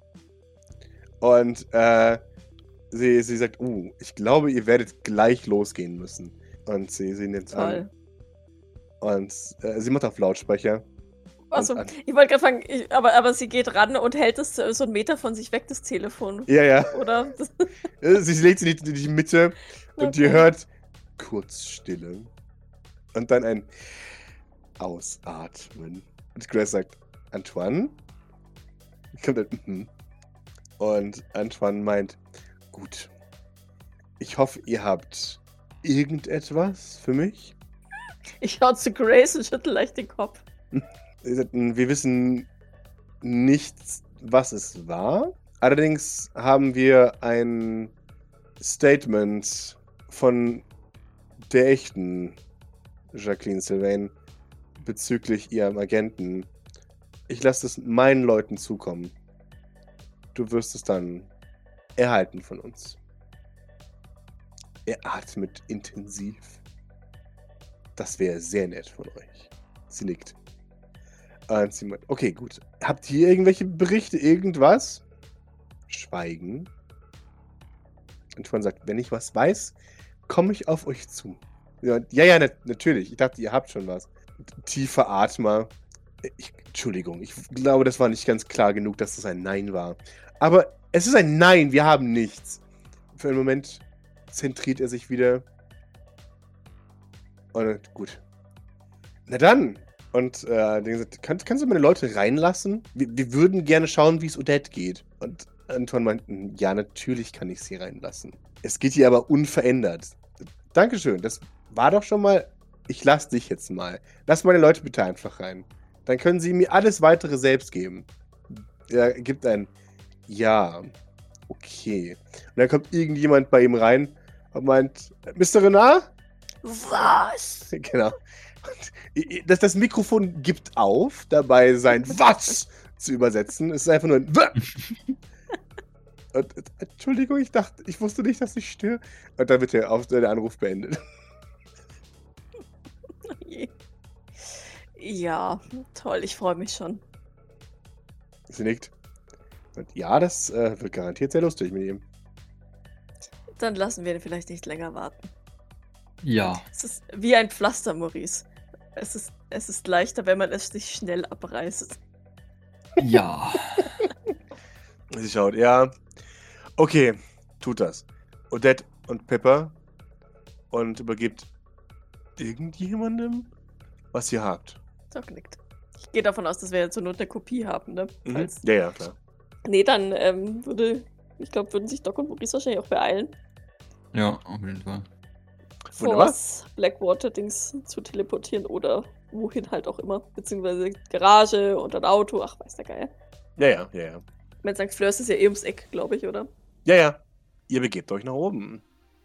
Und sie sagt, ich glaube, ihr werdet gleich losgehen müssen. Und sie nimmt es an. Toll. Und sie macht auf Lautsprecher. Achso, Und ich wollte gerade fragen, aber sie geht ran und hält es so einen Meter von sich weg, das Telefon. Ja. Oder? Sie legt sie in die Mitte und Okay. ihr hört kurz Stille. Und dann ein Ausatmen. Und Grace sagt, Antoine? Kommt dann, Und Antoine meint, gut. Ich hoffe, ihr habt irgendetwas für mich? Ich schaue zu Grace und schüttel leicht den Kopf. Sie sagt, wir wissen nicht, was es war. Allerdings haben wir ein Statement von der echten Jacqueline Sylvain bezüglich ihrem Agenten. Ich lasse es meinen Leuten zukommen. Du wirst es dann erhalten von uns. Er atmet intensiv. Das wäre sehr nett von euch. Sie nickt. Und sie meint, okay, gut. Habt ihr irgendwelche Berichte, irgendwas? Schweigen. Antoine sagt, wenn ich was weiß, komme ich auf euch zu. Ja, natürlich. Ich dachte, ihr habt schon was. Tiefer Atmer. Entschuldigung, ich glaube, das war nicht ganz klar genug, dass das ein Nein war. Aber es ist ein Nein, wir haben nichts. Für einen Moment zentriert er sich wieder. Und gut. Na dann. Und kannst du meine Leute reinlassen? Wir würden gerne schauen, wie es Odette geht. Und Antoine meint, ja, natürlich kann ich sie reinlassen. Es geht ihr aber unverändert. Dankeschön, das war doch schon mal... Ich lass dich jetzt mal. Lass meine Leute bitte einfach rein. Dann können sie mir alles Weitere selbst geben. Er gibt ein Ja. Okay. Und dann kommt irgendjemand bei ihm rein und meint, Mr. Renard? Was? Genau. Und das Mikrofon gibt auf, dabei sein Was zu übersetzen. Es ist einfach nur ein Und, Entschuldigung, ich wusste nicht, dass ich störe. Und dann wird der Anruf beendet. Ja, toll, ich freue mich schon. Sie nickt. Und ja, das wird garantiert sehr lustig mit ihm. Dann lassen wir ihn vielleicht nicht länger warten. Ja. Es ist wie ein Pflaster, Maurice. Es ist leichter, wenn man es sich schnell abreißt. Ja. Sie schaut, ja. Okay, tut das. Odette und Pepper. Und übergibt irgendjemandem, was ihr habt. Doc nickt. Ich gehe davon aus, dass wir jetzt zur Not eine Kopie haben, ne? Falls- Ja, klar. Nee, dann würden sich Doc und Maurice wahrscheinlich auch beeilen, Ja, auf jeden Fall. Wunderbar. vors Blackwater-Dings zu teleportieren oder wohin halt auch immer. Beziehungsweise Garage und ein Auto, ach, weiß der Geil. Ja. Mein St. Fleurs ist ja eh ums Eck, glaube ich, oder? Ja. Ihr begebt euch nach oben.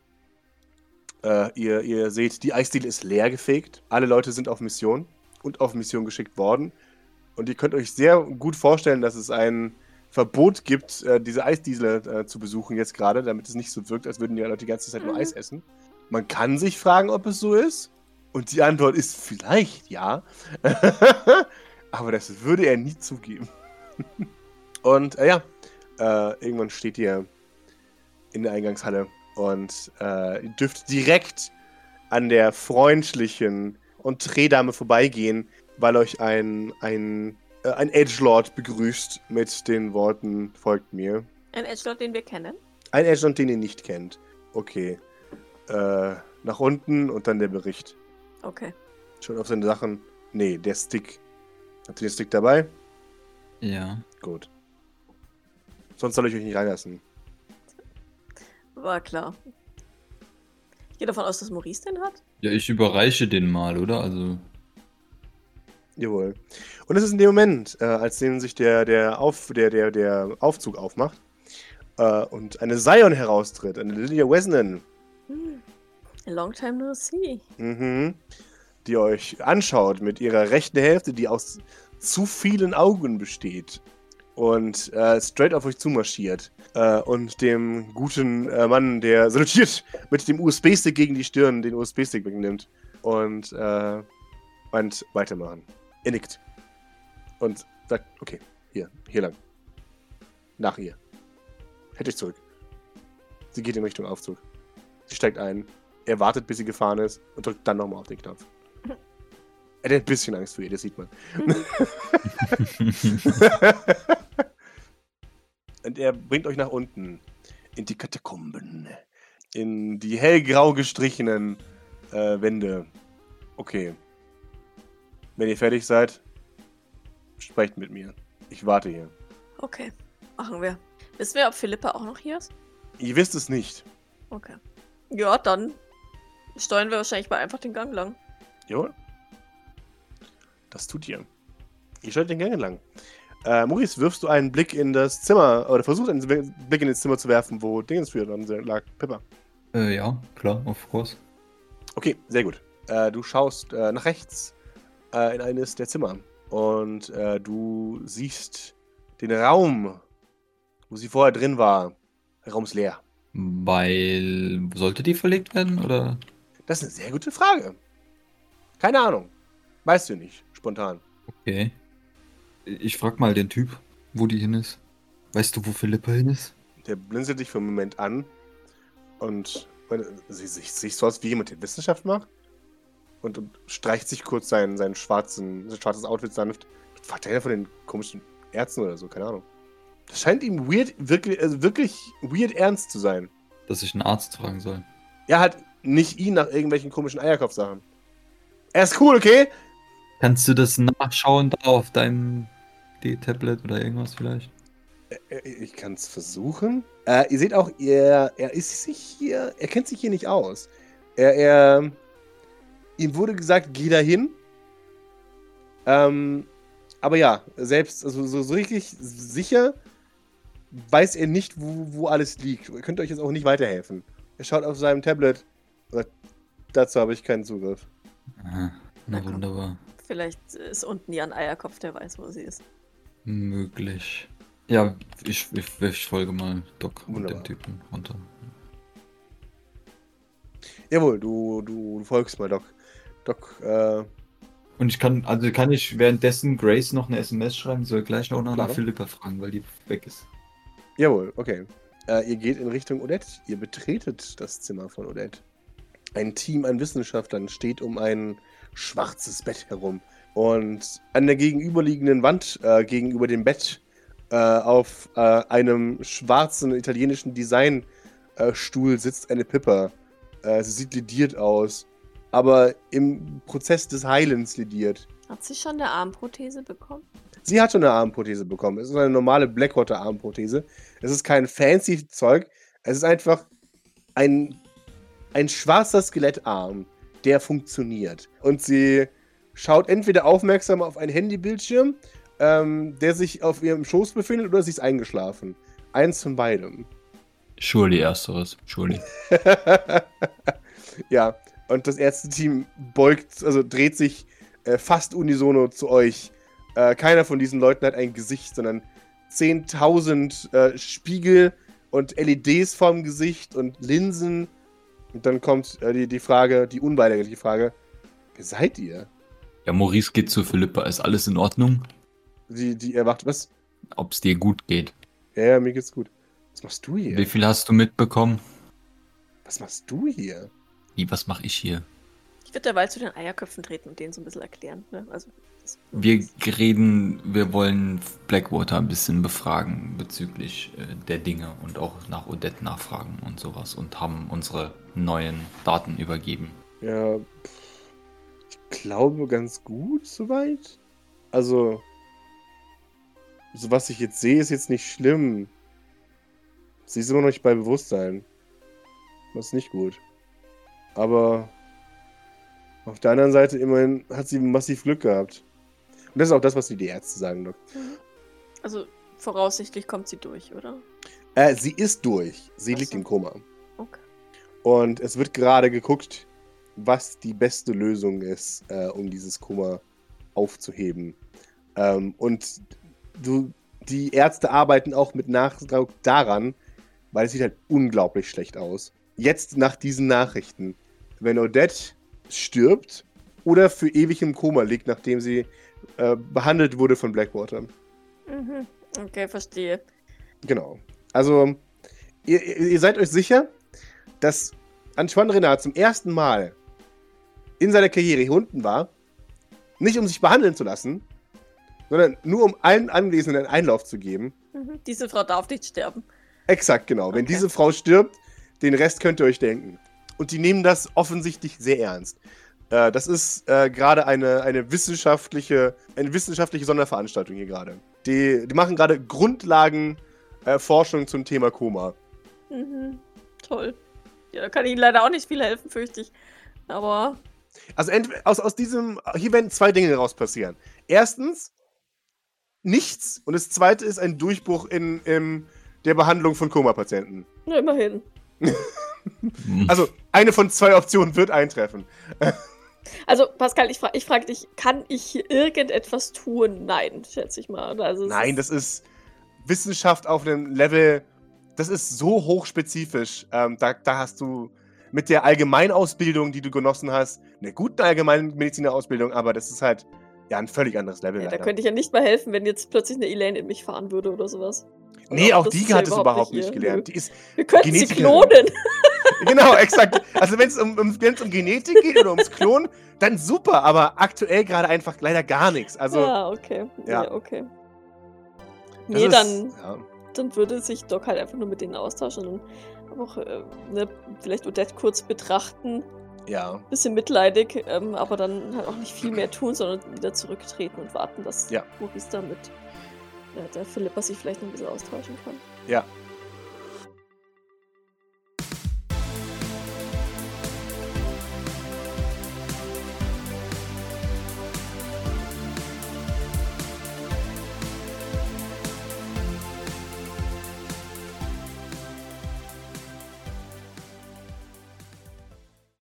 Ihr seht, die Eisdiele ist leer gefegt. Alle Leute sind auf Mission und auf Mission geschickt worden. Und ihr könnt euch sehr gut vorstellen, dass es ein Verbot gibt, diese Eisdiele zu besuchen jetzt gerade, damit es nicht so wirkt, als würden die Leute die ganze Zeit nur Eis essen. Man kann sich fragen, ob es so ist. Und die Antwort ist vielleicht ja. Aber das würde er nie zugeben. Und irgendwann steht ihr in der Eingangshalle und ihr dürft direkt an der freundlichen Entreedame vorbeigehen, weil euch ein Edgelord begrüßt mit den Worten, folgt mir. Ein Edgelord, den wir kennen. Ein Edgelord, den ihr nicht kennt. Okay. Nach unten und dann der Bericht. Okay. Schaut auf seine Sachen. Nee, der Stick. Habt ihr den Stick dabei? Ja. Gut. Sonst soll ich euch nicht reinlassen. War klar. Ich gehe davon aus, dass Maurice den hat. Ja, ich überreiche den mal, oder? Also. Jawohl. Und es ist in dem Moment, als dem sich der Aufzug aufmacht und eine Zion heraustritt, eine Lydia Wesnan, A long time no see. die euch anschaut mit ihrer rechten Hälfte, die aus zu vielen Augen besteht und straight auf euch zumarschiert und dem guten Mann, der salutiert, mit dem USB-Stick gegen die Stirn den USB-Stick wegnimmt und meint weitermachen. Er nickt und sagt, okay, hier lang. Nach ihr. Hält euch zurück. Sie geht in Richtung Aufzug. Sie steigt ein. Er wartet, bis sie gefahren ist und drückt dann nochmal auf den Knopf. Er hat ein bisschen Angst vor ihr, das sieht man. Und er bringt euch nach unten. In die Katakomben. In die hellgrau gestrichenen Wände. Okay. Wenn ihr fertig seid, sprecht mit mir. Ich warte hier. Okay, machen wir. Wissen wir, ob Philippa auch noch hier ist? Ihr wisst es nicht. Okay. Ja, dann steuern wir wahrscheinlich mal einfach den Gang lang. Jawohl. Das tut ihr. Ihr steuert den Gang entlang. Maurice, wirfst du einen Blick in das Zimmer, oder versuchst einen Blick in das Zimmer zu werfen, wo Dingens für dann lag, Pippa. Ja, klar, of course. Okay, sehr gut. Du schaust nach rechts in eines der Zimmer und du siehst den Raum, wo sie vorher drin war. Der Raum ist leer. Weil, sollte die verlegt werden, oder? Das ist eine sehr gute Frage. Keine Ahnung. Weißt du nicht, spontan. Okay. Ich frag mal den Typ, wo die hin ist. Weißt du, wo Philippa hin ist? Der blinzelt dich für einen Moment an und sie sieht so aus, wie jemand, der Wissenschaft macht und streicht sich kurz sein schwarzes Outfit sanft. Fragt einer von den komischen Ärzten oder so, keine Ahnung. Das scheint ihm wirklich weird ernst zu sein. Dass ich einen Arzt fragen soll. Er hat nicht ihn nach irgendwelchen komischen Eierkopfsachen. Er ist cool, okay? Kannst du das nachschauen da auf deinem Tablet oder irgendwas vielleicht? Ich kann es versuchen. Ihr seht auch, er kennt sich hier nicht aus. Ihm wurde gesagt, geh da hin. Aber ja, selbst also so richtig sicher weiß er nicht, wo alles liegt. Ihr könnt euch jetzt auch nicht weiterhelfen. Er schaut auf seinem Tablet und sagt, dazu habe ich keinen Zugriff. Aha, na wunderbar. Vielleicht ist unten ja ein Eierkopf, der weiß, wo sie ist. Möglich. Ja, ich folge mal Doc Wunderbar. und dem Typen runter. Jawohl, du folgst mal Doc. Doc, Und kann ich währenddessen Grace noch eine SMS schreiben? Soll gleich noch nach Klar. Philippa fragen, weil die weg ist. jawohl, okay. Ihr geht in Richtung Odette. Ihr betretet das Zimmer von Odette. Ein Team an Wissenschaftlern steht um ein schwarzes Bett herum. Und an der gegenüberliegenden Wand, gegenüber dem Bett, auf einem schwarzen italienischen Designstuhl sitzt eine Pippa. Sie sieht lediert aus, aber im Prozess des Heilens lediert. Hat sie schon eine Armprothese bekommen? Sie hat schon eine Armprothese bekommen. Es ist eine normale Blackwater Armprothese. Es ist kein fancy Zeug. Es ist einfach ein schwarzer Skelettarm, der funktioniert. Und sie schaut entweder aufmerksam auf einen Handybildschirm, der sich auf ihrem Schoß befindet, oder sie ist eingeschlafen. Eins von beidem. Surely ersteres. Surely. Ja, und das Ärzteteam dreht sich fast unisono zu euch. Keiner von diesen Leuten hat ein Gesicht, sondern 10.000 Spiegel und LEDs vorm Gesicht und Linsen. Und dann kommt die unweigerliche Frage: Wer seid ihr? Ja, Maurice geht zu Philippa. Ist alles in Ordnung? Die erwacht, was? Ob es dir gut geht? Ja, mir geht's gut. Was machst du hier? Wie viel hast du mitbekommen? Was machst du hier? Wie, was mache ich hier? Ich würde derweil zu den Eierköpfen treten und denen so ein bisschen erklären. Ne? Also, Wir wollen Blackwater ein bisschen befragen bezüglich der Dinge und auch nach Odette nachfragen und sowas und haben unsere neuen Daten übergeben. Ja, ich glaube ganz gut soweit. Also, so was ich jetzt sehe, ist jetzt nicht schlimm. Sie ist immer noch nicht bei Bewusstsein. Das ist nicht gut. Aber auf der anderen Seite immerhin hat sie massiv Glück gehabt. Und das ist auch das, was die Ärzte sagen, Doc. Also voraussichtlich kommt sie durch, oder? Sie ist durch. Sie Ach liegt so. im Koma. Okay. Und es wird gerade geguckt, was die beste Lösung ist, um dieses Koma aufzuheben. Und die Ärzte arbeiten auch mit Nachdruck daran, weil es sieht halt unglaublich schlecht aus. Jetzt nach diesen Nachrichten, wenn Odette stirbt oder für ewig im Koma liegt, nachdem sie behandelt wurde von Blackwater. Mhm. Okay, verstehe. Genau. Also, ihr seid euch sicher, dass Antoine Renard zum ersten Mal in seiner Karriere hier unten war, nicht um sich behandeln zu lassen, sondern nur um allen Anwesenden einen Einlauf zu geben. Mhm. Diese Frau darf nicht sterben. Exakt, genau. Wenn diese Frau stirbt, den Rest könnt ihr euch denken. Und die nehmen das offensichtlich sehr ernst. Das ist gerade eine wissenschaftliche Sonderveranstaltung hier gerade. Die machen gerade Grundlagenforschung zum Thema Koma. Mhm. Toll. Ja, da kann ich Ihnen leider auch nicht viel helfen, fürchte ich. Aber. Also aus diesem, hier werden 2 Dinge daraus passieren. Erstens, nichts. Und das zweite ist ein Durchbruch in der Behandlung von Koma-Patienten. Na, immerhin. Also, eine von 2 Optionen wird eintreffen. Also, Pascal, ich frage dich, kann ich hier irgendetwas tun? Nein, schätze ich mal. Also, Nein, das ist Wissenschaft auf einem Level, das ist so hochspezifisch. Da hast du mit der Allgemeinausbildung, die du genossen hast, eine gute Allgemeinmedizinerausbildung, aber das ist halt ein völlig anderes Level. Ja, da könnte ich ja nicht mal helfen, wenn jetzt plötzlich eine Elaine in mich fahren würde oder sowas. Nee, auch das die ist hat es ja überhaupt nicht nicht gelernt. Die ist Wir könnten sie Genetikerin. klonen. Genau, exakt. Also wenn es um Genetik geht oder ums Klonen, dann super, aber aktuell gerade einfach leider gar nichts. Also, Okay. Ja. Ja, okay. das Nee, ist- dann würde sich Doc halt einfach nur mit denen austauschen und auch vielleicht Odette kurz betrachten. Ja. Bisschen mitleidig, aber dann halt auch nicht viel mehr tun, sondern wieder zurücktreten und warten, dass Ja. Maurice da mit der Philippa sich vielleicht noch ein bisschen austauschen kann. Ja.